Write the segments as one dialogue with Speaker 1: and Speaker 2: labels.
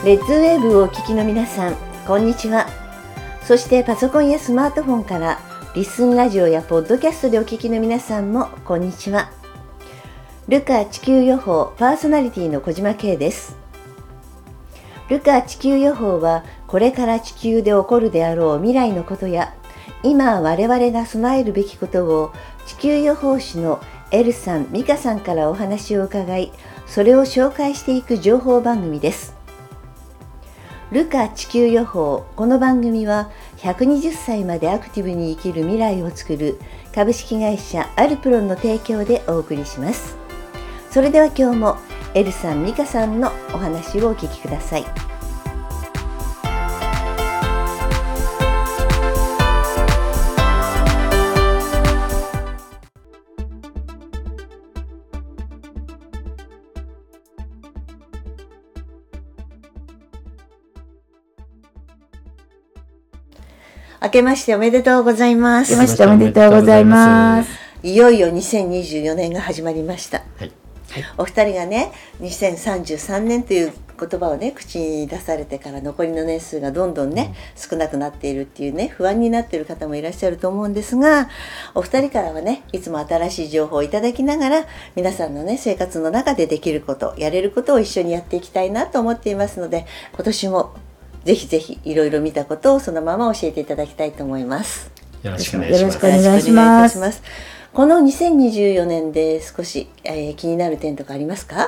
Speaker 1: レッズウェーブをお聞きの皆さん、こんにちは。そしてパソコンやスマートフォンからリスンラジオやポッドキャストでお聞きの皆さんもこんにちは。ルカ地球予報パーソナリティの小島慶です。ルカ地球予報はこれから地球で起こるであろう未来のことや今我々が備えるべきことを地球予報士のエルさん、ミカさんからお話を伺い、それを紹介していく情報番組です。ルカ地球予報、この番組は120歳までアクティブに生きる未来を作る株式会社アルプロンの提供でお送りします。それでは今日もエルさん、ミカさんのお話をお聞きください。明けましておめでとうございます。
Speaker 2: 明けましておめでとうございます。
Speaker 1: いよいよ2024年が始まりました。
Speaker 2: はい、
Speaker 1: お二人がね、2033年という言葉をね、口に出されてから残りの年数がどんどんね、少なくなっているっていうね、不安になっている方もいらっしゃると思うんですが、お二人からはね、いつも新しい情報をいただきながら、皆さんのね、生活の中でできること、やれることを一緒にやっていきたいなと思っていますので、今年もぜひぜひいろいろ見たことをそのまま教えていただきたいと思います。
Speaker 2: よろしくお願いします。
Speaker 1: よろしくお願いします。この2024年で少し、気になる点とかありますか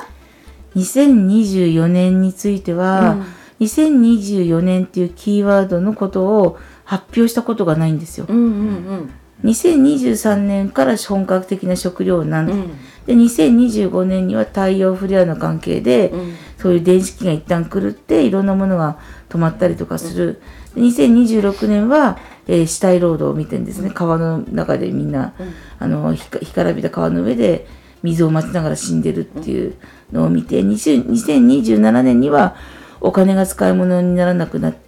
Speaker 2: ？2024年については、2024年っていうキーワードのことを発表したことがないんですよ。2023年から本格的な食糧難、で2025年には太陽フレアの関係で、そういう電子機が一旦狂っていろんなものが止まったりとかする。で2026年は、死体労働を見てるんですね。川の中でみんな、干からびた川の上で水を待ちながら死んでるっていうのを見て、2027年にはお金が使い物にならなくなって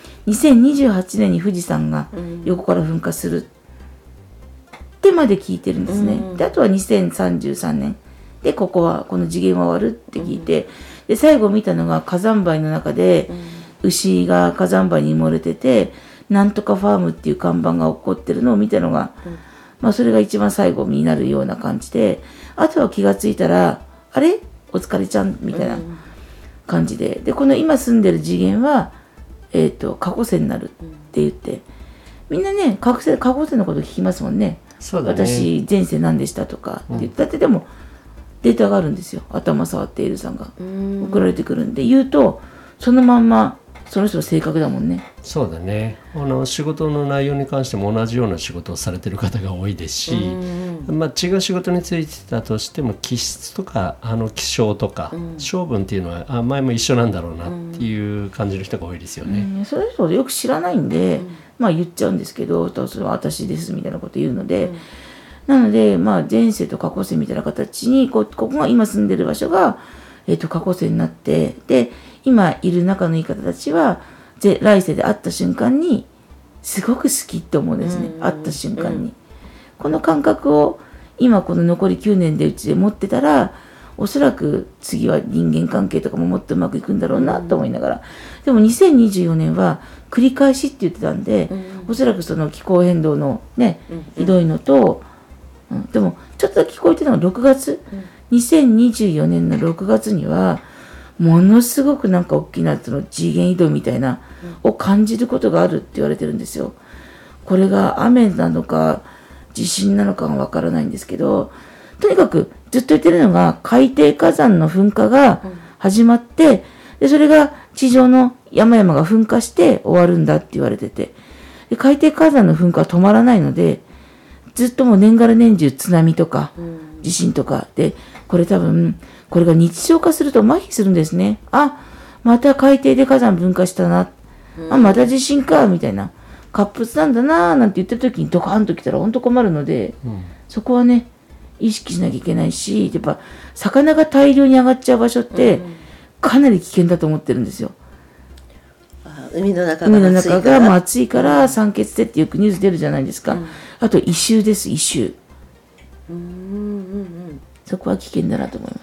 Speaker 2: 、2028年に富士山が横から噴火するってまで聞いてるんですね。であとは2033年でこの次元は終わるって聞いて、で最後見たのが火山灰の中で、牛が火山灰に埋もれてて、なんとかファームっていう看板が起こってるのを見たのが、それが一番最後になるような感じで、あとは気がついたら、あれお疲れちゃんみたいな感じで、でこの今住んでる次元は、過去世になるって言って、みんなね、過去世のこと聞きますもんね。
Speaker 3: そうだね。
Speaker 2: 私前世何でしたとかって言ったって、でもデータがあるんですよ。頭触ってエルさんが送られてくるんで、言うとそのまんまその人の性格だもんね。
Speaker 3: そうだね。仕事の内容に関しても同じような仕事をされてる方が多いですし、違う仕事についてたとしても気質とか気性とか、性分っていうのは前も一緒なんだろうなっていう感じの人が多いですよね。
Speaker 2: その人よく知らないんで、言っちゃうんですけど、それは私ですみたいなこと言うので、なので前世と過去世みたいな形にここが今住んでる場所が、過去世になって、で今いる仲のいい方たちは来世で会った瞬間にすごく好きって思うんですね。会った瞬間に、この感覚を今この残り9年でうちで持ってたら、おそらく次は人間関係とかももっとうまくいくんだろうなと思いながら、でも2024年は繰り返しって言ってたんで、おそらくその気候変動のね、ひどいのと、でもちょっとだけ聞こえてたのが6月、2024年の6月にはものすごくなんか大きなその次元移動みたいなを感じることがあるって言われてるんですよ。これが雨なのか地震なのかがわからないんですけど、とにかくずっと言ってるのが海底火山の噴火が始まって、でそれが地上の山々が噴火して終わるんだって言われてて、で海底火山の噴火は止まらないので、ずっともう年がら年中津波とか地震とかで、これ多分これが日常化すると麻痺するんですね。また海底で火山噴火したな、また地震かみたいな、活発なんだななんて言ってる時にドカーンと来たら本当困るので、そこはね意識しなきゃいけないし、やっぱ魚が大量に上がっちゃう場所ってかなり危険だと思ってるんですよ。
Speaker 1: 海の中が
Speaker 2: 暑いから酸欠でってよくニュース出るじゃないですか。あと異臭です、異臭。そこは危険だなと思います。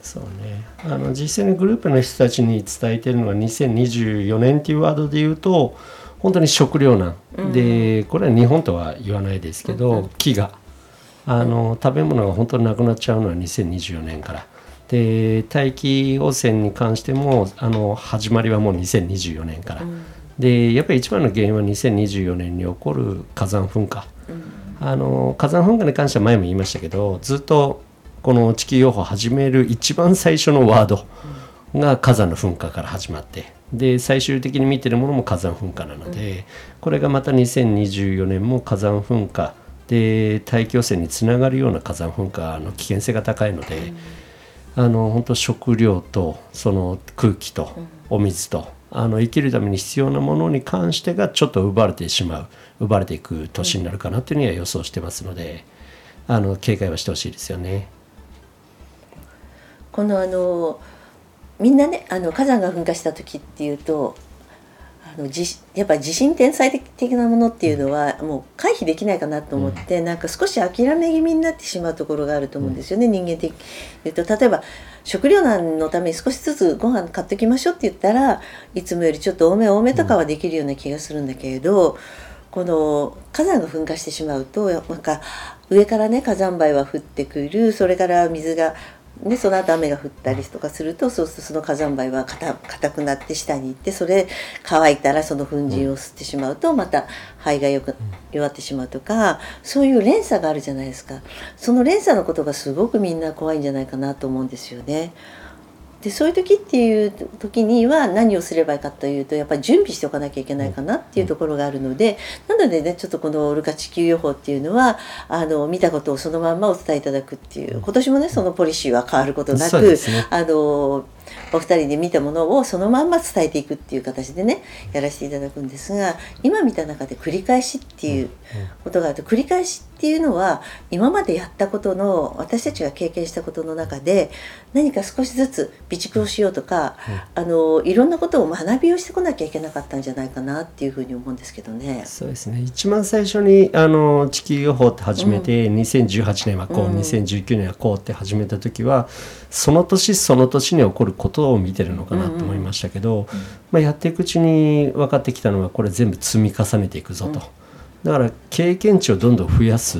Speaker 3: そうね、実際にグループの人たちに伝えてるのは2024年っていうワードで言うと本当に食糧難、でこれは日本とは言わないですけど、飢餓、食べ物が本当になくなっちゃうのは2024年からで、大気汚染に関しても始まりはもう2024年から、でやっぱり一番の原因は2024年に起こる火山噴火、火山噴火に関しては前も言いましたけど、ずっとこの地球予報を始める一番最初のワードが火山の噴火から始まって、で最終的に見てるものも火山噴火なので、これがまた2024年も火山噴火で大気汚染につながるような火山噴火の危険性が高いので、本当食料とその空気とお水と生きるために必要なものに関してがちょっと奪われていく年になるかなというには予想してますので、警戒はしてほしいですよね。
Speaker 1: このみんなね火山が噴火した時っていうとやっぱり地震天災的なものっていうのはもう回避できないかなと思って、なんか少し諦め気味になってしまうところがあると思うんですよね、人間的に言うと。例えば食糧難のために少しずつご飯買っておきましょうって言ったらいつもよりちょっと多めとかはできるような気がするんだけれど、この火山が噴火してしまうとなんか上からね火山灰は降ってくる、それから水がでその後雨が降ったりとかすると、そうするとその火山灰は硬くなって下に行って、それ乾いたらその粉塵を吸ってしまうとまた肺が弱ってしまうとか、そういう連鎖があるじゃないですか。その連鎖のことがすごくみんな怖いんじゃないかなと思うんですよね。でそういう時っていう時には何をすればいいかというと、やっぱり準備しておかなきゃいけないかなっていうところがあるので、なのでねちょっとこのルカ地球予報っていうのは見たことをそのまんまお伝えいただくっていう、今年もねそのポリシーは変わることなく、ね、お二人で見たものをそのまんま伝えていくっていう形でねやらせていただくんですが、今見た中で繰り返しっていうことがあると、繰り返しっていうのは今までやったことの私たちが経験したことの中で何か少しずつ備蓄をしようとか、いろんなことを学びをしてこなきゃいけなかったんじゃないかなっていうふうに思うんですけどね。
Speaker 3: そうですね、一番最初に地球予報って始めて、2018年はこう、2019年はこうって始めた時はその年その年に起こることを見てるのかなと思いましたけど、やっていくうちに分かってきたのはこれ全部積み重ねていくぞと、だから経験値をどんどん増やす、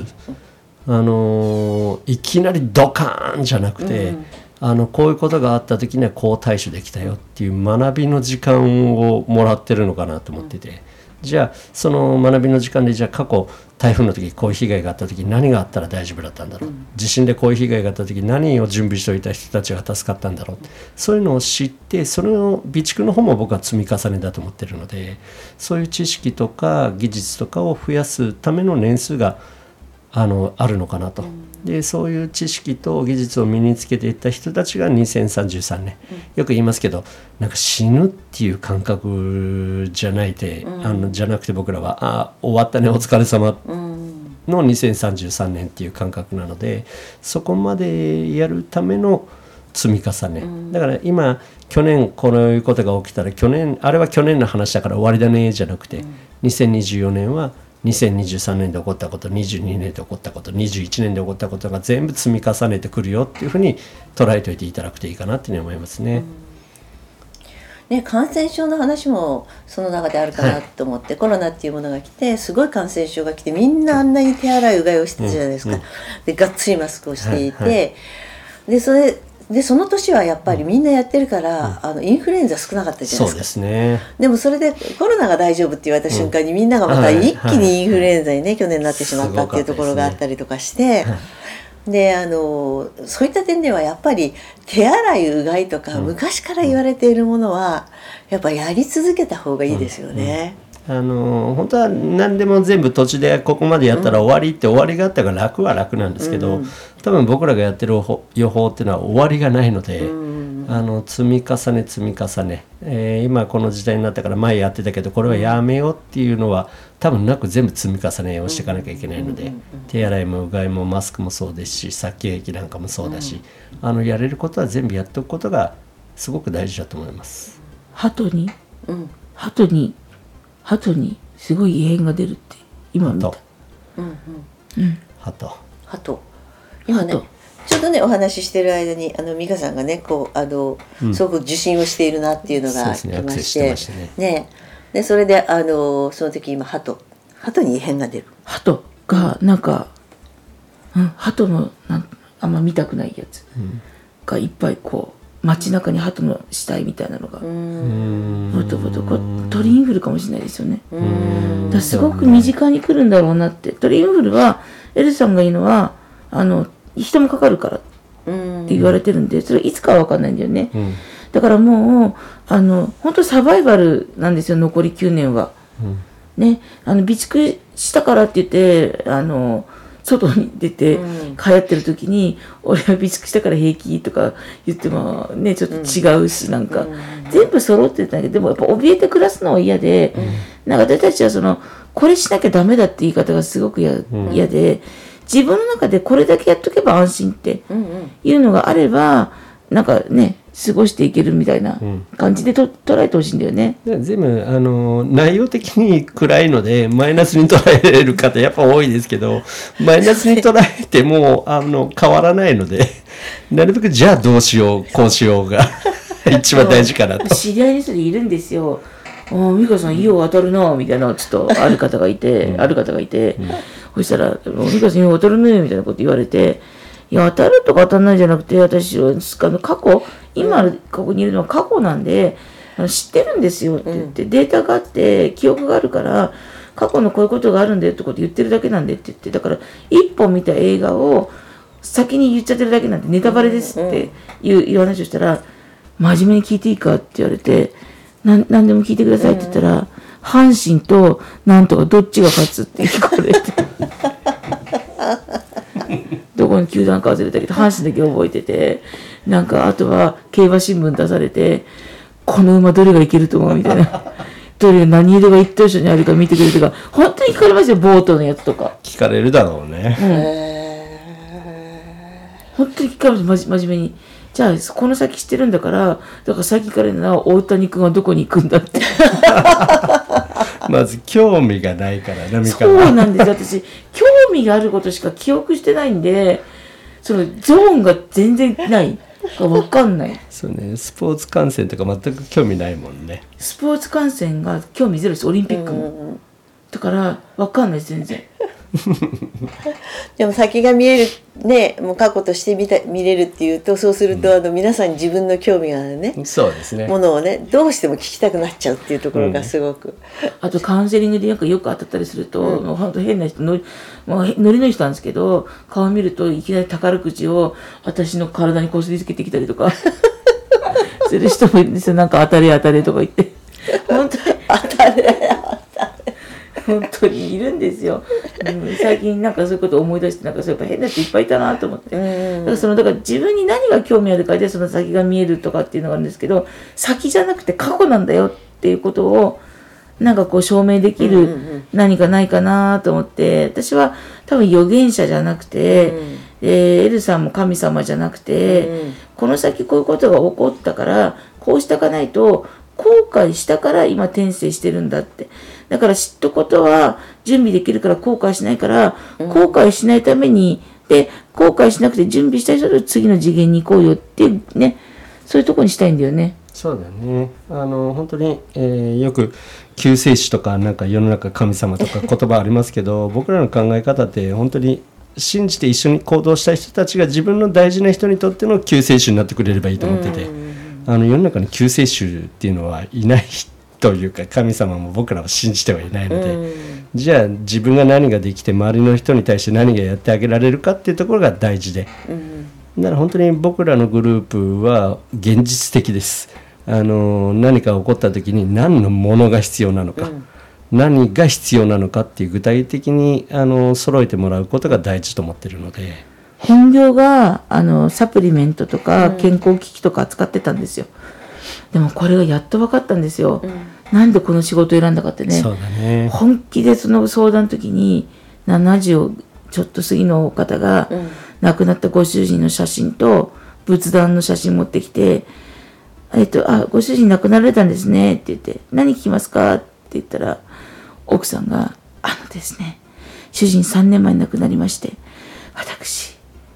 Speaker 3: いきなりドカーンじゃなくて、こういうことがあった時にはこう対処できたよっていう学びの時間をもらってるのかなと思ってて、じゃあその学びの時間で、じゃあ過去台風の時こういう被害があった時何があったら大丈夫だったんだろう、地震でこういう被害があった時何を準備しておいた人たちが助かったんだろう、そういうのを知って、それの備蓄の方も僕は積み重ねだと思ってるので、そういう知識とか技術とかを増やすための年数があるのかなと。でそういう知識と技術を身につけていった人たちが2033年、よく言いますけどなんか死ぬっていう感覚じゃなくて僕らは終わったねお疲れ様の2033年っていう感覚なので、そこまでやるための積み重ね、だから今去年こういうことが起きたらあれは去年の話だから終わりだねじゃなくて、2024年は2023年で起こったこと、22年で起こったこと、21年で起こったことが全部積み重ねてくるよっていうふうに捉えておいていただくといいかなっていうふうに思いますね。
Speaker 1: 感染症の話もその中であるかなと思って、コロナっていうものが来てすごい感染症が来て、みんなあんなに手洗いうがいをしてたじゃないですか、でがっつりマスクをしていて、でその年はやっぱりみんなやってるから、インフルエンザ少なかったじゃないですか。そうですね。でもそれでコロナが大丈夫って言われた瞬間に、みんながまた一気にインフルエンザにね、去年なってしまったっていうところがあったりとかして、でそういった点ではやっぱり手洗いうがいとか、昔から言われているものはやっぱやり続けた方がいいですよね。
Speaker 3: 本当は何でも全部土地でここまでやったら終わりって終わりがあったから楽は楽なんですけど、多分僕らがやってる予報っていうのは終わりがないので、積み重ね、今この時代になったから前やってたけどこれはやめようっていうのは多分なく全部積み重ねをしていかなきゃいけないので、手洗いもうがいもマスクもそうですし、殺菌液なんかもそうだし、やれることは全部やっておくことがすごく大事だと思います。
Speaker 2: 鳩にすごい異変が出るって今見た。
Speaker 3: 鳩
Speaker 1: 今ねちょうとねお話ししてる間に美香さんがねこうすごく受診をしているなっていうのがありましてね。でそれでその時今鳩に異変が出る。
Speaker 2: 鳩がなんか、鳩のあんま見たくないやつがいっぱいこう街中に鳩の死体みたいなのがボトボト鳥インフルかもしれないですよね。だからすごく身近に来るんだろうなって。鳥インフルはエルさんが言うのは人もかかるからって言われてるんで、それいつかは分かんないんだよね。だからもう本当サバイバルなんですよ、残り9年は。ね、備蓄したからって言って外に出て流行ってる時に、俺は備蓄したから平気とか言ってもねちょっと違うし、なんか全部揃ってたけど、でもやっぱ怯えて暮らすのは嫌で、なんか私たちはこれしなきゃダメだって言い方がすごく嫌で、自分の中でこれだけやっとけば安心っていうのがあれば、なんかね過ごしていけるみたいな感じで捉えてほしいんだよね。
Speaker 3: 全部内容的に暗いのでマイナスに捉えれる方やっぱ多いですけど、マイナスに捉えても変わらないので、なるべくじゃあどうしようこうしようが一番大事かなと。
Speaker 2: 知り合いの人でいるんですよ。美香さん、イオ当たるなみたいな、ちょっとある方がいて、そしたら、美香さん、イオ当たるねみたいなこと言われて、いや、当たるとか当たらないじゃなくて、私は過去、今ここにいるのは過去なんで、知ってるんですよって言って、データがあって、記憶があるから、過去のこういうことがあるんだよってこと言ってるだけなんでって言って、だから、一本見た映画を先に言っちゃってるだけなんで、ネタバレですっていう話をしたら、真面目に聞いていいかって言われて、何でも聞いてくださいって言ったら、阪神となんとかどっちが勝つって聞かれてどこの球団か忘れたけど阪神だけ覚えてて、なんかあとは競馬新聞出されて、この馬どれがいけると思うみたいなどれが何色が一等賞にあるか見てくれるとか、本当に聞かれますよ、ボートのやつとか
Speaker 3: 聞かれるだろうね。
Speaker 2: 本当に聞かれます、真面目に。じゃあこの先知ってるんだから、先から大谷君はどこに行くんだって
Speaker 3: まず興味がないからね。
Speaker 2: そうなんです。私興味があることしか記憶してないんで、そのゾーンが全然ないか分かんない。
Speaker 3: そうね、スポーツ観戦とか全く興味ないもんね。
Speaker 2: スポーツ観戦が興味ゼロです、オリンピックも。だから分かんないです、全然。
Speaker 1: でも先が見えるね、もう過去として見れるっていうと、そうすると皆さんに自分の興味があるね、
Speaker 3: そうですね、
Speaker 1: ものをねどうしても聞きたくなっちゃうっていうところがすごく、
Speaker 2: あとカウンセリングでよく当たったりすると、もう本当変な人ノリの人なんですけど、顔見るといきなり宝くじを私の体にこすりつけてきたりとかする人もいるんですよ。なんか当たれとか言って本当に
Speaker 1: 当たれ
Speaker 2: 本当にいるんですよ。最近なんかそういうことを思い出して、なんかそういえば変な人いっぱいいたなと思って。だから自分に何が興味あるかでその先が見えるとかっていうのがあるんですけど、先じゃなくて過去なんだよっていうことをなんかこう証明できる何かないかなと思って、私は多分預言者じゃなくて、エルさんも神様じゃなくて、この先こういうことが起こったからこうしていかないと、後悔したから今転生してるんだって。だから知ったことは準備できるから後悔しないから、後悔しないためにで後悔しなくて準備したい人と次の次元に行こうよっていうね、そういうとこにしたいんだよね。
Speaker 3: そうだね、本当に、よく救世主とかなんか世の中神様とか言葉ありますけど僕らの考え方って本当に信じて一緒に行動したい人たちが自分の大事な人にとっての救世主になってくれればいいと思ってて、世の中に救世主っていうのはいないというか、神様も僕らは信じてはいないので、じゃあ自分が何ができて周りの人に対して何がやってあげられるかっていうところが大事で、だから本当に僕らのグループは現実的です。何か起こった時に何のものが必要なのか、何が必要なのかっていう具体的に揃えてもらうことが大事と思ってるので、
Speaker 2: 本業がサプリメントとか健康機器とか扱ってたんですよ。でもこれがやっと分かったんですよ、なんでこの仕事を選んだかってね。
Speaker 3: そうだね、
Speaker 2: 本気でその相談の時に70をちょっと過ぎの方が亡くなったご主人の写真と仏壇の写真持ってきて、ご主人亡くなられたんですねって言って、何聞きますかって言ったら、奥さんがですね、主人3年前に亡くなりまして、私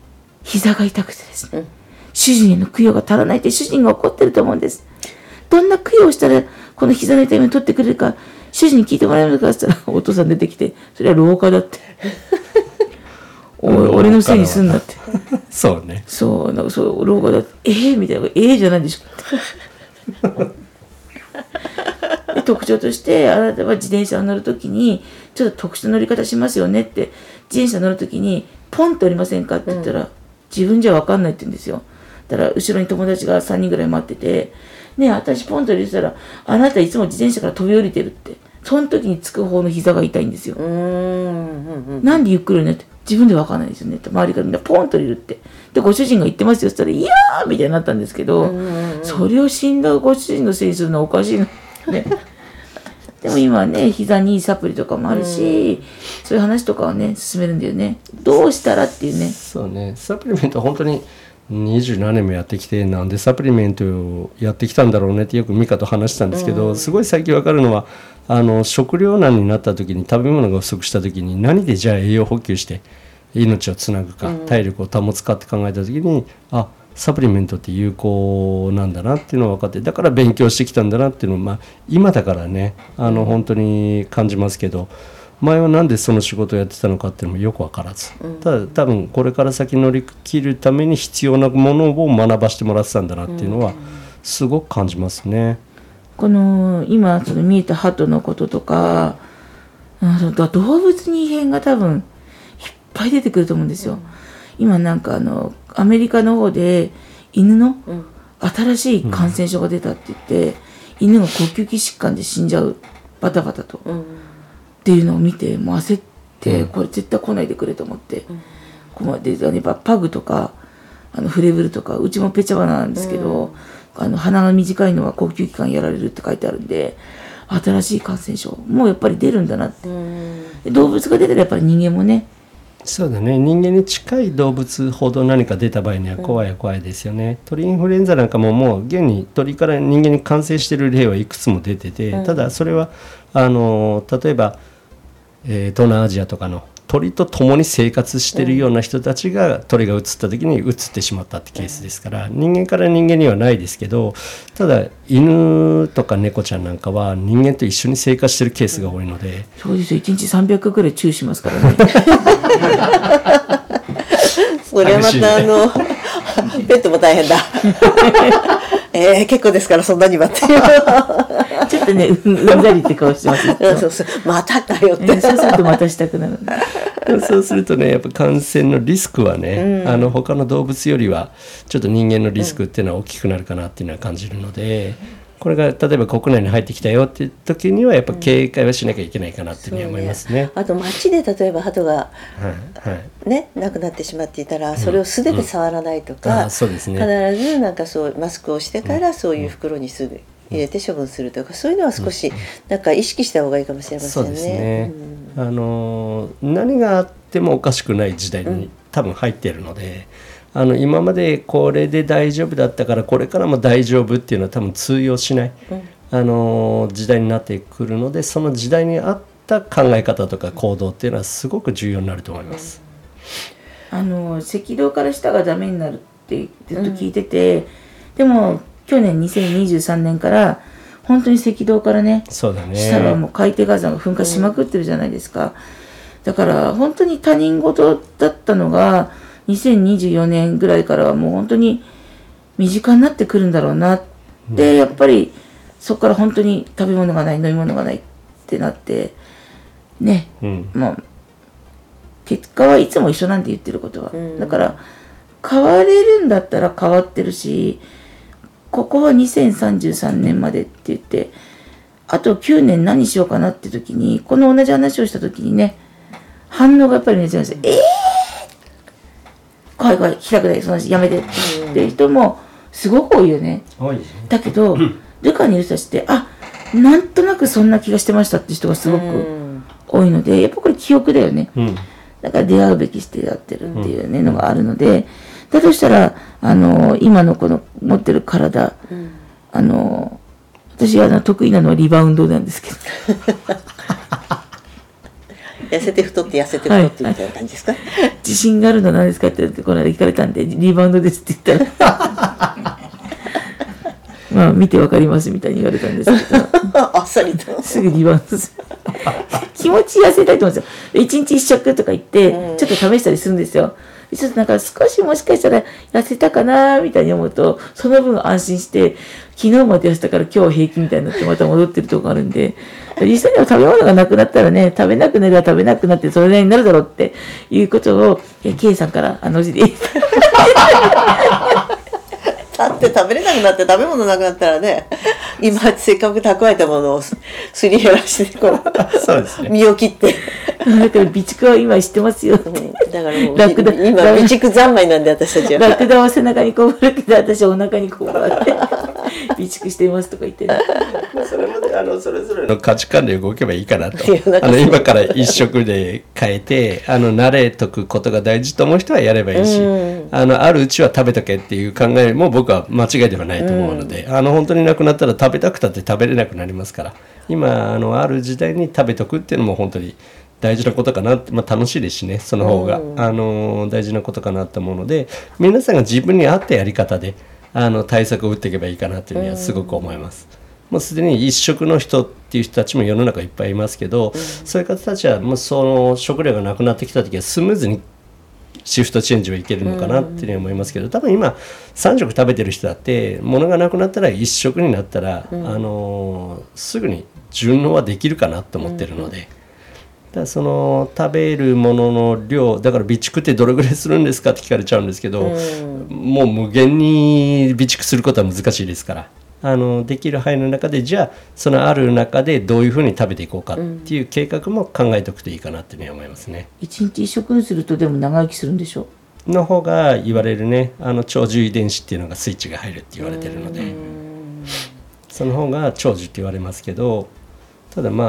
Speaker 2: 膝が痛くてですね、主人への供養が足らないって主人が怒ってると思うんです。どんな供養をしたらこの膝の痛みを取ってくれるか主人に聞いてもらえるのかって言ったら、お父さん出てきて、それは老化だって俺のせいにすんなって
Speaker 3: そうね、
Speaker 2: そうなんかそう老化だってみたいなじゃないでしょで特徴としてあなたは自転車を乗るときにちょっと特殊な乗り方しますよねって、自転車乗るときにポンと降りませんかって言ったら、自分じゃ分かんないって言うんですよ。だから後ろに友達が3人ぐらい待ってて、ね、私ポンと降りてたら、あなたいつも自転車から飛び降りてるって、その時につく方の膝が痛いんですよ。なんでゆっくりねって、自分で分かんないですよねって、周りからみんなポンと降りるって。で、ご主人が言ってますよって言ったら、いやーみたいになったんですけど、それを死んだご主人のせいにするのはおかしいなね。でも今はね、膝にサプリとかもあるし、そういう話とかはね、進めるんだよね。どうしたらっていうね。
Speaker 3: そうね、サプリメントは本当に20何年もやってきて、なんでサプリメントをやってきたんだろうねってよくミカと話したんですけど、すごい最近分かるのは、食糧難になった時に、食べ物が不足した時に何でじゃあ栄養補給して命をつなぐか、体力を保つかって考えた時に、サプリメントって有効なんだなっていうのが分かって、だから勉強してきたんだなっていうのを、今だからね本当に感じますけど、前はなんでその仕事をやってたのかっていうのもよく分からず、ただ多分これから先乗り切るために必要なものを学ばせてもらってたんだなっていうのはすごく感じますね。
Speaker 2: この今その見えた鳩のこととか、動物に異変が多分いっぱい出てくると思うんですよ。今なんかアメリカの方で犬の新しい感染症が出たって言って、犬が呼吸器疾患で死んじゃう、バタバタと、っていうのを見てもう焦って、これ絶対来ないでくれと思って、でパグとかフレブルとか、うちもペチャバナなんですけど、鼻が短いのは呼吸器官やられるって書いてあるんで、新しい感染症もうやっぱり出るんだなって、動物が出たらやっぱり人間もね。
Speaker 3: そうだね、人間に近い動物ほど何か出た場合には怖いですよね。鳥インフルエンザなんかももう現に鳥から人間に感染している例はいくつも出てて、ただそれは例えば、東南アジアとかの鳥と共に生活しているような人たちが鳥が移った時に移ってしまったってケースですから、人間から人間にはないですけど、ただ犬とか猫ちゃんなんかは人間と一緒に生活しているケースが多いので、
Speaker 2: そうですよ、1日300ぐらいチューしますからね
Speaker 1: それはまたペットも大変だ結構ですからそんなにはって
Speaker 2: ちょっとねうんざりって顔してます
Speaker 1: そうまたかよって、
Speaker 2: そうするとまたしたくなる
Speaker 3: そうするとね、やっぱ感染のリスクはね、他の動物よりはちょっと人間のリスクっていうのは大きくなるかなっていうのは感じるので、これが例えば国内に入ってきたよっていう時にはやっぱ警戒はしなきゃいけないかなっていうふうに思いますね。
Speaker 1: あと街で例えば鳩が、亡くなってしまっていたら、それを素手で触らないとか、
Speaker 3: そうですね、
Speaker 1: 必ずなんかそうマスクをしてからそういう袋にすぐ入れて処分するとか、そういうのは少しなんか意識した方がいいかもしれませんね。
Speaker 3: そうですね、何があってもおかしくない時代に多分入っているので、今までこれで大丈夫だったからこれからも大丈夫っていうのは多分通用しない、時代になってくるので、その時代に合った考え方とか行動っていうのはすごく重要になると思います。
Speaker 2: 赤道から下がダメになるってずっと聞いてて、でも去年2023年から本当に赤道からね、
Speaker 3: そうだね、
Speaker 2: 下がもう海底火山が噴火しまくってるじゃないですか。だから本当に他人事だったのが2024年ぐらいからはもう本当に身近になってくるんだろうなって、やっぱりそこから本当に食べ物がない、飲み物がないってなってね、もう結果はいつも一緒なんて言ってることは、だから変われるんだったら変わってるし、ここは2033年までって言って、あと9年何しようかなって時に、この同じ話をした時にね、反応がやっぱりね、先生、怖い怖い、開くない、その話やめてっていう人もすごく多いよね。だけど、ルカにいる人たちって、なんとなくそんな気がしてましたって人がすごく多いので、やっぱこれ記憶だよね。だから出会うべきしてやってるっていうね、のがあるので、だとしたら、今のこの持ってる体、私得意なのはリバウンドなんですけど。
Speaker 1: 痩せて太って痩せて太ってみたいな感じですか？
Speaker 2: 自信があるのは何ですかってこの間聞かれたんで、リバウンドですって言ったらまあ見てわかりますみたいに言われたんですけど
Speaker 1: あっさりと
Speaker 2: すぐリバウンドする気持ち痩せたいと思うんですよ。1日1食とか言って、ちょっと試したりするんですよ。ちょっとなんか少しもしかしたら痩せたかなみたいに思うと、その分安心して、昨日まで痩せたから今日は平気みたいになってまた戻ってるとこがあるんで、実際には食べ物がなくなったらね、食べなくなれば食べなくなってそれなりになるだろうっていうことを、K さんから字で
Speaker 1: だって食べれなくなって食べ物なくなったらね、今せっかく蓄えたものをすり減らして
Speaker 3: そうですね、
Speaker 1: 身を切って
Speaker 2: だから備蓄は今知ってますよって、
Speaker 1: だからもう今備蓄三昧なんで私たちは
Speaker 2: ラクダは背中にこぶるけど私はお腹にこぶらって備蓄していますとか言って、
Speaker 3: それまでそれぞれの価値観で動けばいいかなと今から一食で変えて慣れとくことが大事と思う人はやればいいし、あるうちは食べとけっていう考えも僕は間違いではないと思うので、本当になくなったら食べたくたって食べれなくなりますから、今ある時代に食べとくっていうのも本当に大事なことかなって、楽しいですしね、その方が、大事なことかなと思うので、皆さんが自分に合ったやり方で対策を打っていけばいいかなというのはすごく思います。もうすでに一食の人っていう人たちも世の中いっぱいいますけど、そういう方たちはもうその食料がなくなってきた時はスムーズにシフトチェンジはいけるのかなっていうふうに思いますけど、多分今3食食べてる人だって物がなくなったら1食になったら、すぐに順応はできるかなと思ってるので、だからその食べるものの量だから備蓄ってどれぐらいするんですかって聞かれちゃうんですけど、もう無限に備蓄することは難しいですから。できる範囲の中でじゃあそのある中でどういうふうに食べていこうかっていう計画も考えておくといいかなっていうふうに思いますね。
Speaker 2: 一日一食にするとでも長生きするんでしょ
Speaker 3: の方が言われるね、長寿遺伝子っていうのがスイッチが入るって言われてるので、その方が長寿って言われますけど、ただ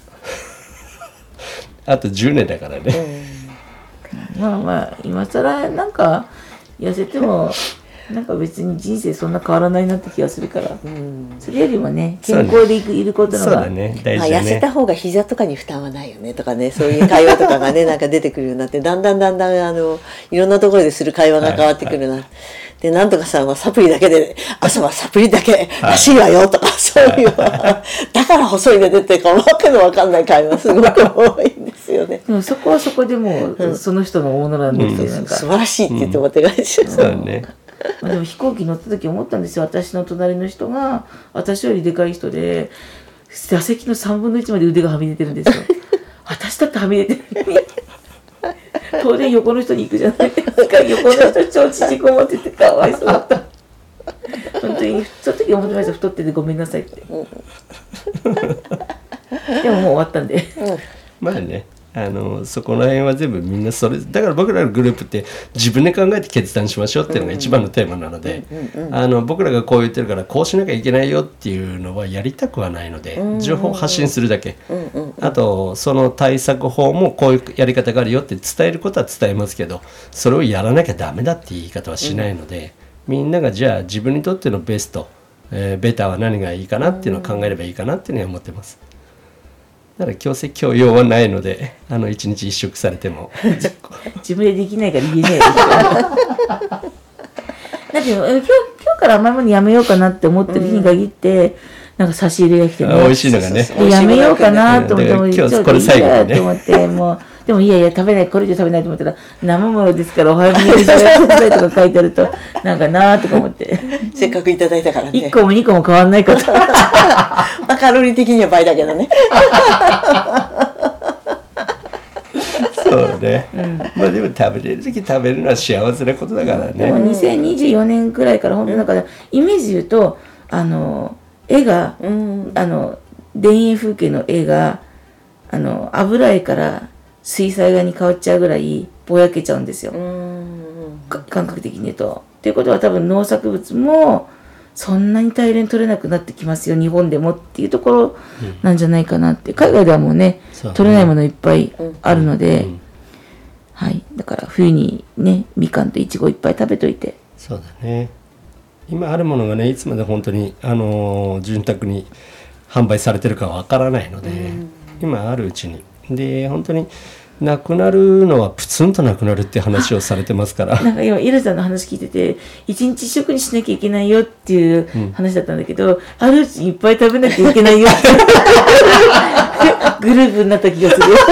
Speaker 3: あと10年だからね、
Speaker 2: 今更なんか痩せてもなんか別に人生そんな変わらないなって気がするから、それよりもね健康でいることのが、
Speaker 3: ね、大事だね。
Speaker 1: 痩せた方が膝とかに負担はないよねとかね、そういう会話とかがねなんか出てくるようになって、だんだんいろんなところでする会話が変わってくるな、でなんとかさんはサプリだけで朝はサプリだけらしいわよとか、そういうだから細いね出てかわけのわかんない会話すごく多いんですよね。
Speaker 2: でもそこはそこでもう、その人の大物なんですよ、なんか
Speaker 1: 素晴らしいって言ってもって感じですよ、
Speaker 3: そうね。
Speaker 2: でも飛行機乗った時思ったんですよ。私の隣の人が私よりでかい人で、座席の3分の1まで腕がはみ出てるんですよ。私だってはみ出てる当然横の人に行くじゃないですか。横の人超縮こまっててかわいそうだった。本当にその時思ってました。太っててごめんなさいって。でももう終わったんで、
Speaker 3: まあね、そこら辺は全部みんなそれだから、僕らのグループって自分で考えて決断しましょうっていうのが一番のテーマなので、僕らがこう言ってるからこうしなきゃいけないよっていうのはやりたくはないので、情報を発信するだけ、あとその対策法もこういうやり方があるよって伝えることは伝えますけど、それをやらなきゃダメだって言い方はしないので、みんながじゃあ自分にとってのベスト、ベターは何がいいかなっていうのを考えればいいかなっていうのは思ってます。だから強制強要はないので、一日一食されても
Speaker 2: 自分でできないから言えないですだって今日から甘いものやめようかなって思ってる日に限って、なんか差し入れが来てね、
Speaker 3: 美味しいのがね、
Speaker 2: やめようかなと思っても、
Speaker 3: 今日これ最後にね
Speaker 2: と思ってもうでもいや食べない、これ以上食べないと思ったら生ものですからお早めに食べてくださいとか書いてあるとなんかなーとか思って
Speaker 1: せっかくいただいたからね、
Speaker 2: 1個も2個も変わんないかと
Speaker 1: カロリー的には倍だけどね
Speaker 3: そうね、でも食べれる時食べるのは幸せなことだからね。
Speaker 2: でも2024年くらいから本当なんかイメージ言うと絵が、田園風景の絵が油絵から水彩画に変わっちゃうぐらいぼやけちゃうんですよ、感覚的に言うと。ということは多分農作物もそんなに大量に取れなくなってきますよ、日本でもっていうところなんじゃないかなって。海外ではもうね、取れないものいっぱいあるので、はい、だから冬にねみかんといちごいっぱい食べといて。
Speaker 3: そうだね、今あるものがねいつまで本当に潤沢に販売されてるかわからないので、今あるうちにで本当になくなるのはプツンとなくなるって話をされてますから。
Speaker 2: なんか今イルさんの話聞いてて1日1食にしなきゃいけないよっていう話だったんだけど、あるうちいっぱい食べなきゃいけないよってグループになった気がする。や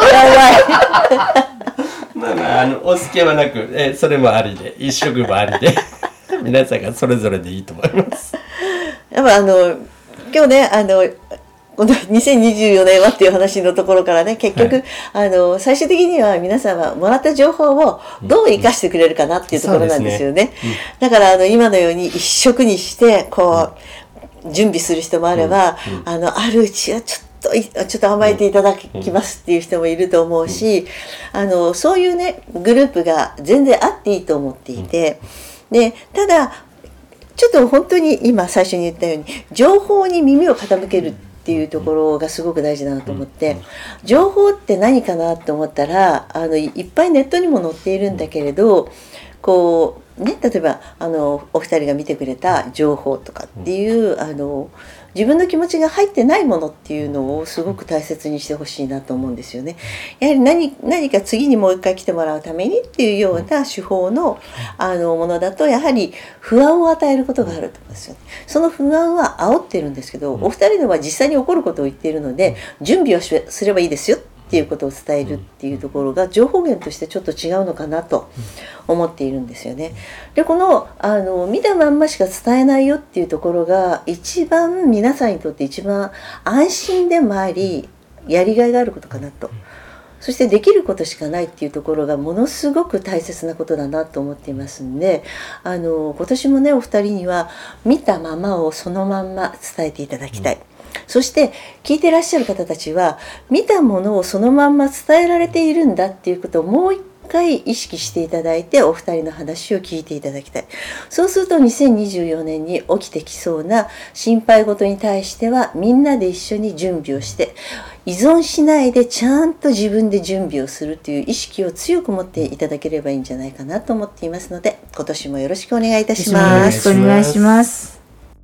Speaker 3: まあお好きはなく、それもありで一食もありで皆さんがそれぞれでいいと思います。
Speaker 1: やっぱ今日ねこの2024年はっていう話のところからね、結局、最終的には皆さんはもらった情報をどう生かしてくれるかなっていうところなんですよね。だから今のように一食にしてこう、準備する人もあれば、あるうちはちょっと甘えていただきますっていう人もいると思うし、そういうねグループが全然あっていいと思っていて、でただちょっと本当に今最初に言ったように情報に耳を傾けるっていうところがすごく大事だなと思って、情報って何かなと思ったらいっぱいネットにも載っているんだけれど、こうね、例えばお二人が見てくれた情報とかっていう自分の気持ちが入ってないものっていうのをすごく大切にしてほしいなと思うんですよね。やはり何か次にもう一回来てもらうためにっていうような手法のものだとやはり不安を与えることがあると思うんですよね。その不安は煽ってるんですけど、お二人では実際に起こることを言っているので準備をすればいいですよっていうことを伝えるっていうところが情報源としてちょっと違うのかなと思っているんですよね。でこの見たまんましか伝えないよっていうところが一番皆さんにとって一番安心でもありやりがいがあることかなと。そしてできることしかないっていうところがものすごく大切なことだなと思っていますんで、今年もねお二人には見たままをそのまんま伝えていただきたい。そして聞いてらっしゃる方たちは見たものをそのまんま伝えられているんだっていうことをもう一回意識していただいてお二人の話を聞いていただきたい。そうすると2024年に起きてきそうな心配事に対してはみんなで一緒に準備をして依存しないでちゃんと自分で準備をするという意識を強く持っていただければいいんじゃないかなと思っていますので、今年もよろしくお願いいたします。
Speaker 2: よろしくお願いします。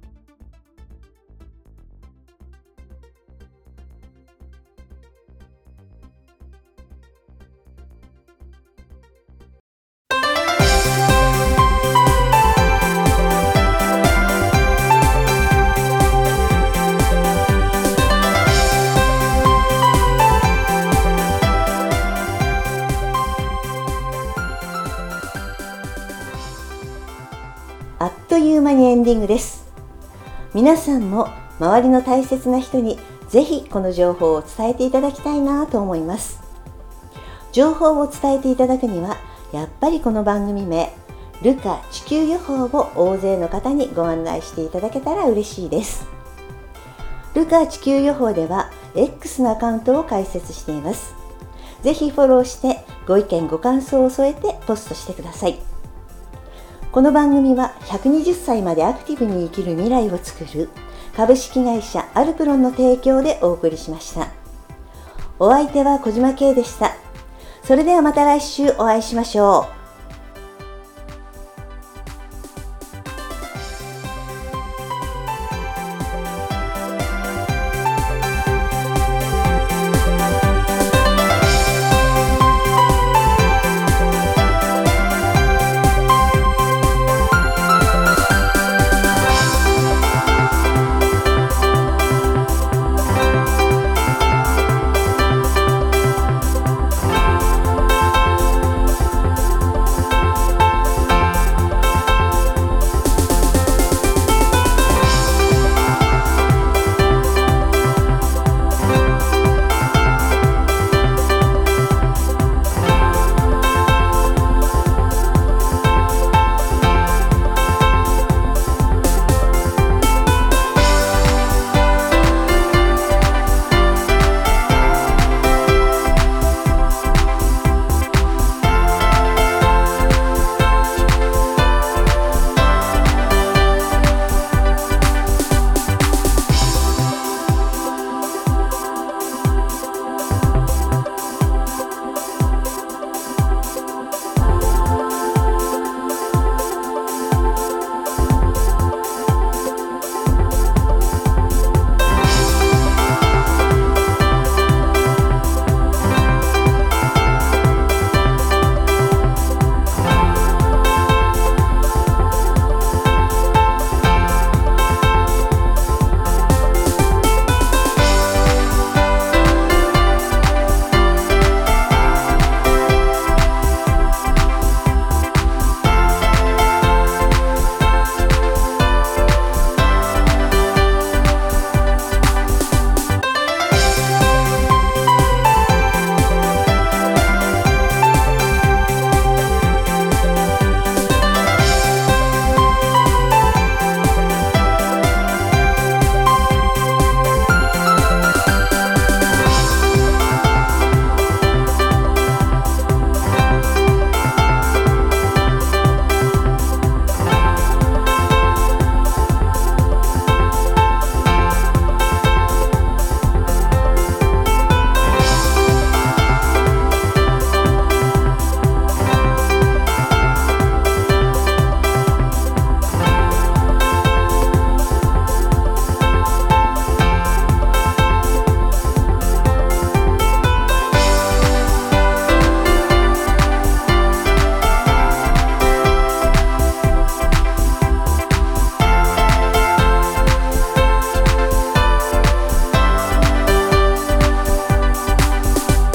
Speaker 1: あっという間にエンディングです。皆さんも周りの大切な人にぜひこの情報を伝えていただきたいなと思います。情報を伝えていただくにはやっぱりこの番組名ルカ地球予報を大勢の方にご案内していただけたら嬉しいです。ルカ地球予報では X のアカウントを開設しています。ぜひフォローしてご意見ご感想を添えてポストしてください。この番組は120歳までアクティブに生きる未来を作る株式会社アルプロンの提供でお送りしました。お相手は小島慶でした。それではまた来週お会いしましょう。